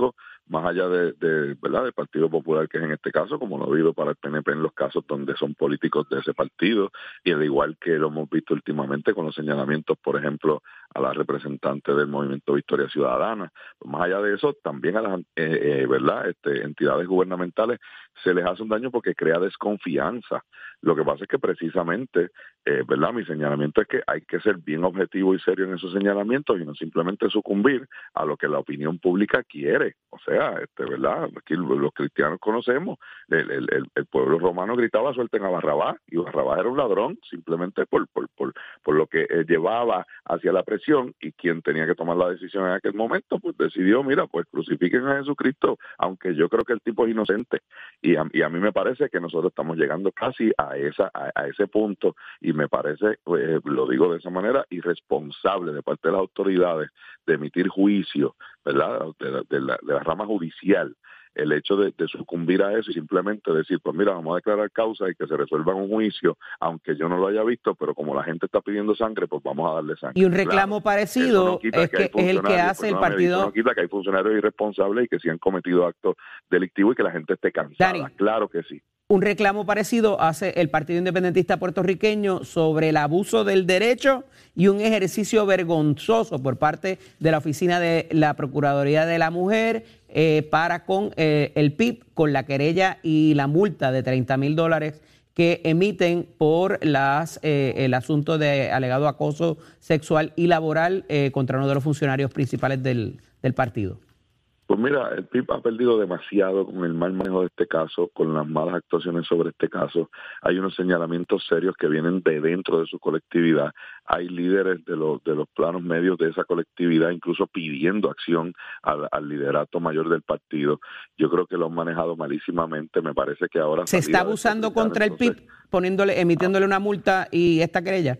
más allá de, de verdad del Partido Popular, que es en este caso, como lo ha habido para el P N P en los casos donde son políticos de ese partido, y al igual que lo hemos visto últimamente con los señalamientos, por ejemplo, a la representante del Movimiento Victoria Ciudadana. Pues más allá de eso, también a las eh, eh, verdad este, entidades gubernamentales se les hace un daño porque crea desconfianza. Lo que pasa es que precisamente, eh, verdad, mi señalamiento es que hay que ser bien objetivo y serio en esos señalamientos y no simplemente sucumbir a lo que la opinión pública quiere. O sea, este, verdad, aquí los cristianos conocemos, el, el, el, el pueblo romano gritaba suelten a Barrabás, y Barrabás era un ladrón simplemente por, por, por, por lo que eh, llevaba hacia la presión, y quien tenía que tomar la decisión en aquel momento, pues decidió, mira, pues crucifiquen a Jesucristo, aunque yo creo que el tipo es inocente. Y a, y a mí me parece que nosotros estamos llegando casi a esa a, a ese punto, y me parece, eh, lo digo de esa manera, irresponsable de parte de las autoridades de emitir juicio, ¿verdad?, de la, de la, de la rama judicial, el hecho de, de sucumbir a eso y simplemente decir, pues mira, vamos a declarar causa y que se resuelva en un juicio, aunque yo no lo haya visto, pero como la gente está pidiendo sangre, pues vamos a darle sangre. Y un reclamo claro, parecido no es, que, que es el que hace el partido... Eso no quita que hay funcionarios irresponsables y que sí han cometido actos delictivos y que la gente esté cansada. Dani, claro que sí. Un reclamo parecido hace el Partido Independentista Puertorriqueño sobre el abuso del derecho y un ejercicio vergonzoso por parte de la Oficina de la Procuraduría de la Mujer eh, para con eh, el P I B, con la querella y la multa de treinta mil dólares que emiten por las eh, el asunto de alegado acoso sexual y laboral eh, contra uno de los funcionarios principales del, del partido. Pues mira, el P I B ha perdido demasiado con el mal manejo de este caso, con las malas actuaciones sobre este caso. Hay unos señalamientos serios que vienen de dentro de su colectividad. Hay líderes de los de los planos medios de esa colectividad, incluso pidiendo acción al, al liderato mayor del partido. Yo creo que lo han manejado malísimamente. Me parece que ahora se está abusando contra el P I B, poniéndole, emitiéndole ah. una multa y esta querella.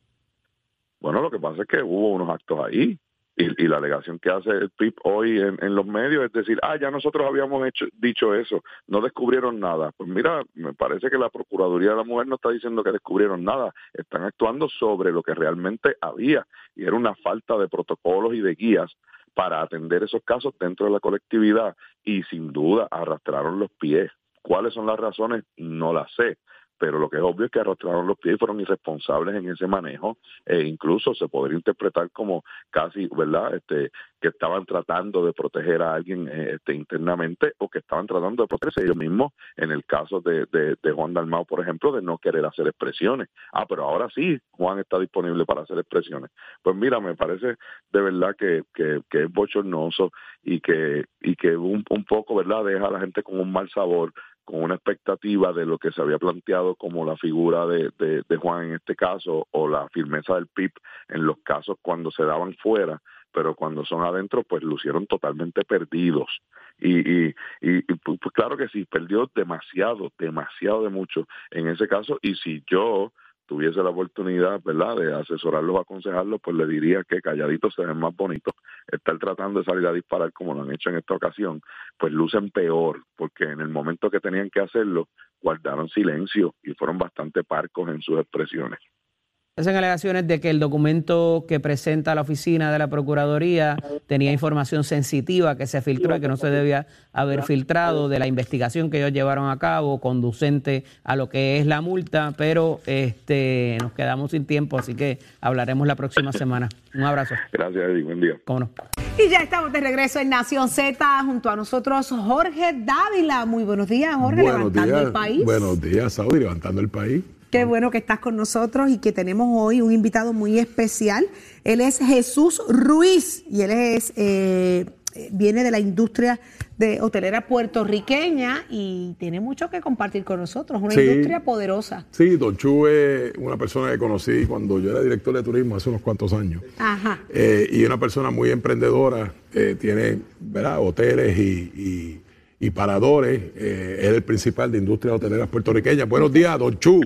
Bueno, lo que pasa es que hubo unos actos ahí. Y, y la alegación que hace el P I B hoy en, en los medios es decir, ah, ya nosotros habíamos hecho, dicho eso, no descubrieron nada. Pues mira, me parece que la Procuraduría de la Mujer no está diciendo que descubrieron nada, están actuando sobre lo que realmente había, y era una falta de protocolos y de guías para atender esos casos dentro de la colectividad, y sin duda arrastraron los pies. ¿Cuáles son las razones? No las sé. Pero lo que es obvio es que arrastraron los pies y fueron irresponsables en ese manejo, e incluso se podría interpretar como casi, ¿verdad?, este, que estaban tratando de proteger a alguien este, internamente, o que estaban tratando de protegerse ellos mismos, en el caso de, de, de Juan Dalmau, por ejemplo, de no querer hacer expresiones. Ah, pero ahora sí, Juan está disponible para hacer expresiones. Pues mira, me parece de verdad que, que, que es bochornoso y que, y que un, un poco, ¿verdad?, deja a la gente con un mal sabor, con una expectativa de lo que se había planteado como la figura de, de, de Juan en este caso, o la firmeza del P I B en los casos cuando se daban fuera, pero cuando son adentro, pues lucieron totalmente perdidos. Y, y, y, y pues claro que sí, perdió demasiado, demasiado de mucho en ese caso, y si yo tuviese la oportunidad, ¿verdad?, de asesorarlos o aconsejarlos, pues le diría que calladitos se ven más bonitos. Estar tratando de salir a disparar como lo han hecho en esta ocasión, pues lucen peor, porque en el momento que tenían que hacerlo, guardaron silencio y fueron bastante parcos en sus expresiones. Hacen alegaciones de que el documento que presenta la oficina de la Procuraduría tenía información sensitiva que se filtró y que no se debía haber filtrado, de la investigación que ellos llevaron a cabo, conducente a lo que es la multa, pero este nos quedamos sin tiempo, así que hablaremos la próxima semana. Un abrazo. Gracias, Eddie. Buen día. ¿Cómo no? Y ya estamos de regreso en Nación Z, junto a nosotros Jorge Dávila. Muy buenos días, Jorge, buenos levantando días, el país. Buenos días, Saudi, levantando el país. Qué bueno que estás con nosotros y que tenemos hoy un invitado muy especial. Él es Jesús Ruiz y él es eh, viene de la industria de hotelera puertorriqueña y tiene mucho que compartir con nosotros, una sí, industria poderosa. Sí, Don Chu es una persona que conocí cuando yo era director de turismo hace unos cuantos años. Ajá. Eh, y una persona muy emprendedora, eh, tiene, ¿verdad?, hoteles y, y, y paradores, eh, es el principal de industria hotelera puertorriqueña. Buenos días, Don Chu.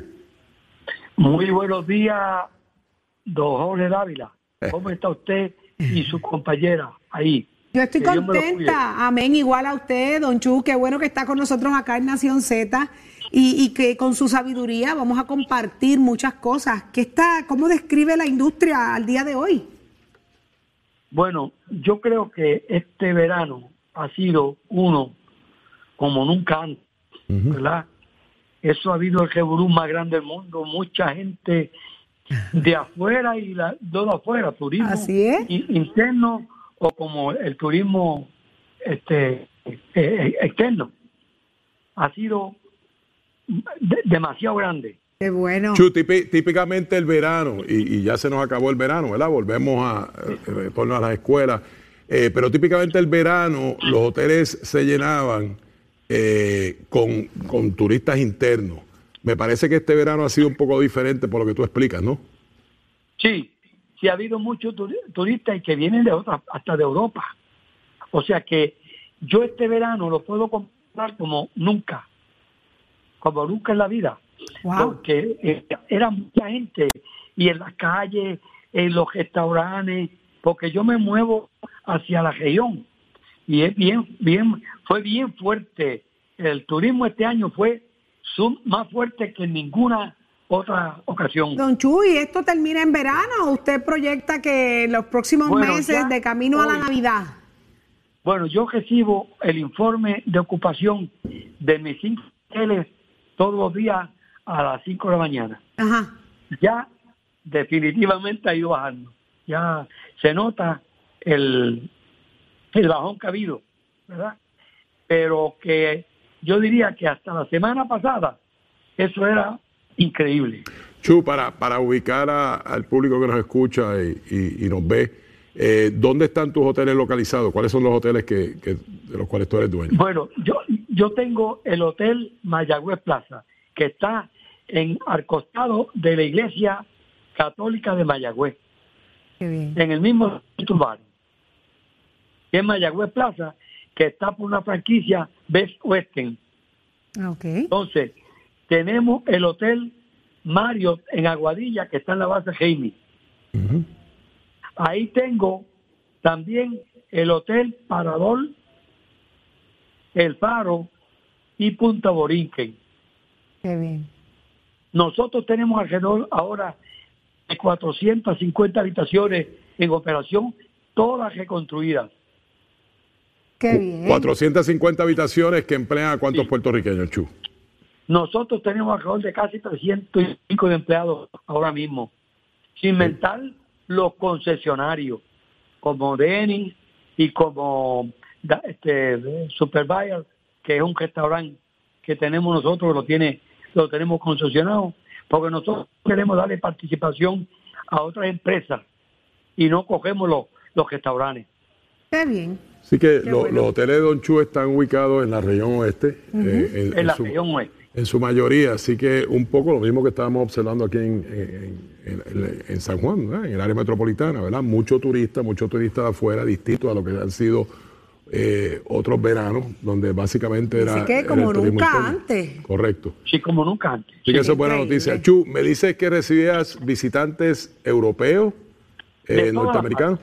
Muy buenos días, don Jorge Dávila. ¿Cómo está usted y su compañera ahí? Yo estoy contenta, amén, igual a usted, don Chu, qué bueno que está con nosotros acá en Nación Z y, y que con su sabiduría vamos a compartir muchas cosas. ¿Qué está, cómo describe la industria al día de hoy? Bueno, yo creo que este verano ha sido uno como nunca antes, uh-huh. ¿verdad? Eso ha habido el revolú más grande del mundo, mucha gente de afuera y la, de afuera, turismo Así es. interno o como el turismo este eh, externo. Ha sido de, demasiado grande. Qué bueno. Chu, típi, típicamente el verano, y, y ya se nos acabó el verano, ¿verdad? Volvemos a el retorno a las escuelas. Eh, pero típicamente el verano los hoteles se llenaban eh, con, con turistas internos. Me parece que este verano ha sido un poco diferente por lo que tú explicas, ¿no? Sí, sí ha habido muchos turistas y que vienen de otras, hasta de Europa. O sea que yo este verano lo puedo comprar como nunca, como nunca en la vida. Wow. Porque eh, era mucha gente y en las calles, en los restaurantes, porque yo me muevo hacia la región y es bien, bien, fue bien fuerte. El turismo este año fue sum, más fuerte que en ninguna otra ocasión. Don Chuy, ¿esto termina en verano o usted proyecta que los próximos bueno, meses de camino hoy, a la Navidad? Bueno, yo recibo el informe de ocupación de mis cinco hoteles todos los días a las cinco de la mañana. Ajá. Ya definitivamente ha ido bajando. Ya se nota el, el bajón que ha habido, ¿verdad? Pero que yo diría que hasta la semana pasada eso era increíble. Chu, para, para ubicar a, al público que nos escucha y, y, y nos ve, eh, ¿dónde están tus hoteles localizados? ¿Cuáles son los hoteles que, que de los cuales tú eres dueño? Bueno, yo, yo tengo el Hotel Mayagüez Plaza, que está en al costado de la Iglesia Católica de Mayagüez. Qué bien. En el mismo bar, que es Mayagüez Plaza, que está por una franquicia Best Western. Okay. Entonces, tenemos el Hotel Marriott en Aguadilla, que está en la base Jaime. Uh-huh. Ahí tengo también el Hotel Parador, El Faro y Punta Borinquen. Qué bien. Nosotros tenemos alrededor ahora de cuatrocientas cincuenta habitaciones en operación, todas reconstruidas. Qué bien. cuatrocientas cincuenta habitaciones que emplean a cuántos sí. puertorriqueños, Chu. Nosotros tenemos alrededor de casi trescientos y cinco de empleados ahora mismo, sin mentar sí. los concesionarios, como Denny y como este Supervisor, que es un restaurante que tenemos nosotros, lo tiene, lo tenemos concesionado, porque nosotros queremos darle participación a otras empresas y no cogemos los, los restaurantes. Qué bien. Así que lo, bueno. los hoteles de Don Chu están ubicados en la región oeste. Uh-huh. eh, en, en, en la su, región oeste. En su mayoría, así que un poco lo mismo que estábamos observando aquí en, en, en, en San Juan, ¿verdad? En el área metropolitana, ¿verdad? Muchos turistas, muchos turistas de afuera, distintos a lo que han sido eh, otros veranos, donde básicamente era... Así que como nunca interno. antes. Correcto. Sí, como nunca antes. Así sí, que eso es buena noticia. Chu, me dices que recibías visitantes europeos, eh, norteamericanos.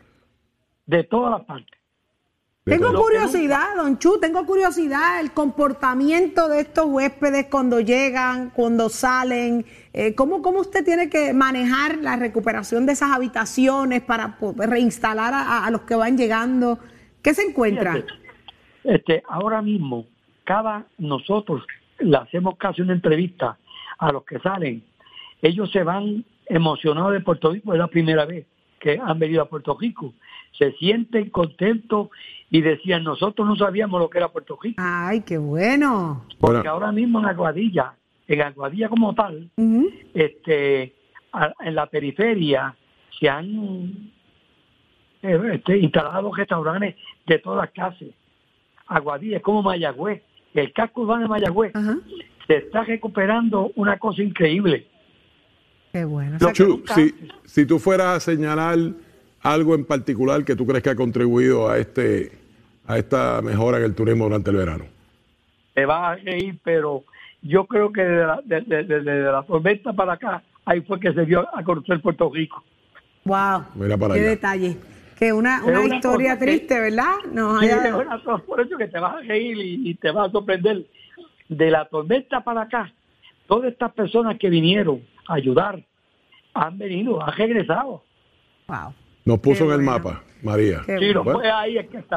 De todas las partes. Tengo curiosidad, don Chu, tengo curiosidad el comportamiento de estos huéspedes cuando llegan, cuando salen. Eh, ¿cómo, ¿Cómo usted tiene que manejar la recuperación de esas habitaciones para poder reinstalar a, a los que van llegando? ¿Qué se encuentra? Fíjate, este, ahora mismo, cada nosotros le hacemos casi una entrevista a los que salen. Ellos se van emocionados de Puerto Rico, es la primera vez que han venido a Puerto Rico. Se sienten contentos y decían, nosotros no sabíamos lo que era Puerto Rico. ¡Ay, qué bueno! Porque bueno. ahora mismo en Aguadilla, en Aguadilla como tal, uh-huh. este, a, en la periferia se han eh, este, instalado restaurantes de todas clases. Aguadilla es como Mayagüez. El casco urbano de Mayagüez uh-huh. se está recuperando una cosa increíble. Qué bueno. O sea, Chu, si, si tú fueras a señalar algo en particular que tú crees que ha contribuido a este a esta mejora en el turismo durante el verano. Te vas a reír, pero yo creo que desde la, desde, desde, desde la tormenta para acá, ahí fue que se dio a conocer Puerto Rico. Wow, Mira para qué allá. detalle. Que una, una, una historia triste, que, ¿verdad? No, sí, haya... es una, por eso que te vas a reír y, y te vas a sorprender. De la tormenta para acá, todas estas personas que vinieron a ayudar han venido, han regresado. Wow. Nos puso Qué en el bueno. mapa, María. Qué sí, bueno. Pues ahí es que está.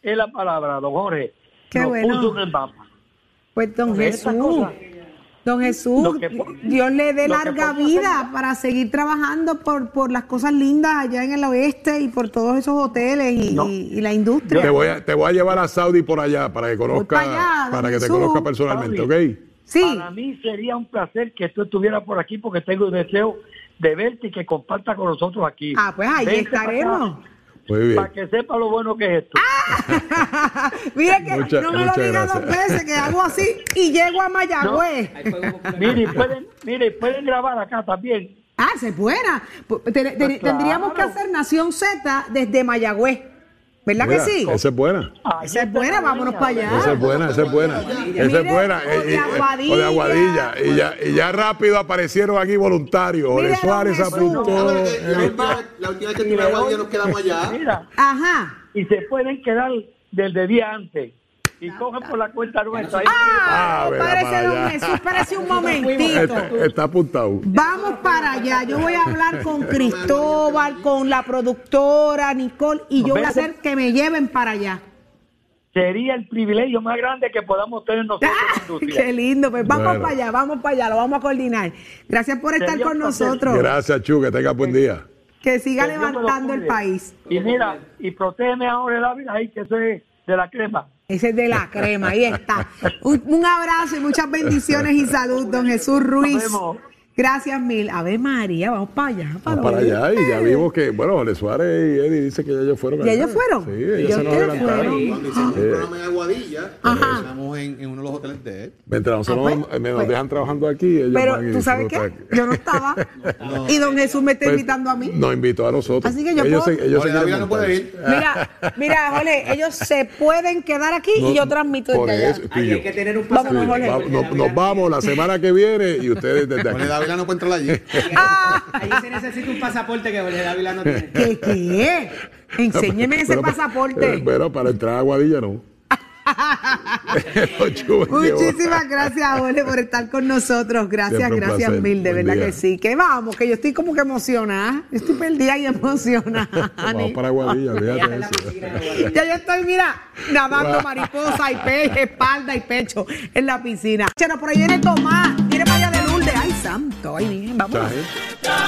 es la palabra, don Jorge. Qué nos bueno. puso en el mapa. Pues don Porque estas Jesús, cosas- don Jesús, Lo que- Dios le dé lo que larga podemos vida hacer- para seguir trabajando por, por las cosas lindas allá en el oeste y por todos esos hoteles y, No. y- y la industria. Te voy, a, te voy a llevar a Saudi por allá para que conozca, para allá, don para que te Jesús. conozca personalmente, Saudi. ¿ok? Sí, Para mí sería un placer que tú estuvieras por aquí porque tengo el deseo de verte y que comparta con nosotros aquí. ah, pues ahí Vente para estaremos. acá, Muy bien. Para que sepa lo bueno que es esto. Mire que Mucha- no me lo muchas diga dos gracias. veces, que hago así y llego a Mayagüez. Mire, pueden, mire, pueden grabar acá también. Ah, se buena. Pues, te- te- Pues Tendríamos que claro. hacer Nación Z desde Mayagüez. ¿Verdad Mira, que sí? Esa es buena. Ahí Esa es está buena, la vámonos dueña. para allá. Esa es buena, esa es buena. Esa Mire, es buena. o de Eh, eh, Aguadilla. o de Aguadilla. Y ya, y ya rápido aparecieron aquí voluntarios. Jorge Mire, Suárez don Jesús. apuntó. La eh, última, la última vez que estuve en Aguadilla nos quedamos allá. Mira, Ajá. y se pueden quedar desde día antes. Y cogen por la cuenta nuestra. Ahí Ah, Ah, mira parece para don allá. Jesús, parece un momentito. Está, está apuntado. Vamos para allá. Yo voy a hablar con Cristóbal, con la productora Nicole, y yo voy a hacer que me lleven para allá. sería el privilegio más grande que podamos tener nosotros en la ¡Ah! industria. Qué lindo, pues vamos Bueno. para allá, vamos para allá, lo vamos a coordinar. Gracias por estar Sería con un placer. nosotros. Gracias, Chu, que tenga buen día. Que siga Que Dios me lo levantando el cuide. país. Y mira, y protégeme ahora, David, ahí que soy de la crema. Ese es de la crema, ahí está. Un, un abrazo y muchas bendiciones y salud, don Jesús Ruiz. Nos vemos. Gracias mil. Ave María, vamos para allá. Vamos para allá y ya vimos que, bueno, Jorge Suárez y Eddie dice que ya ellos fueron. ¿Ya allá. ellos fueron? Sí, ¿Y ellos se nos ustedes adelantaron. fueron? Cuando hicimos un Eh, programa en Aguadilla, Ajá. estamos en, en uno de los hoteles de él. Mientras nosotros Ah, nos- pues, me nos pues. dejan trabajando aquí, ellos Pero van y tú sabes qué, disfrutan. yo no estaba. Y don Jesús me está Pues, invitando a mí. Nos invitó a nosotros. Así que yo ellos puedo- se, ellos Jorge se quieren Dávila no montar. puede ir. Mira, mira, Jorge, ellos se pueden quedar aquí No, y yo transmito por desde allá. eso, tú y yo. Vámonos, Jorge. Va- nos, nos vamos la semana que viene y ustedes desde Jorge aquí. Dávila no puede entrar allí. Ah, Allí se necesita un pasaporte que Jorge Dávila no tiene. ¿qué qué? Enséñeme ese Pero pa- pasaporte. eh, Pero para entrar a Aguadilla no. Los chubos de Muchísimas gracias, Jorge, por estar con nosotros. Gracias, Siempre un gracias placer. mil, de Buen verdad día. que sí. Que vamos, que yo estoy como que emocionada. Yo estoy perdida y emocionada. Vamos para Aguadilla, olvídate de eso. Ya yo estoy, mira, nadando Wow. mariposa y peje, espalda y pecho en la piscina. Pero por ahí viene Tomás, viene para allá de Lourdes. Ay, santo, ay, bien, vamos. Chaje.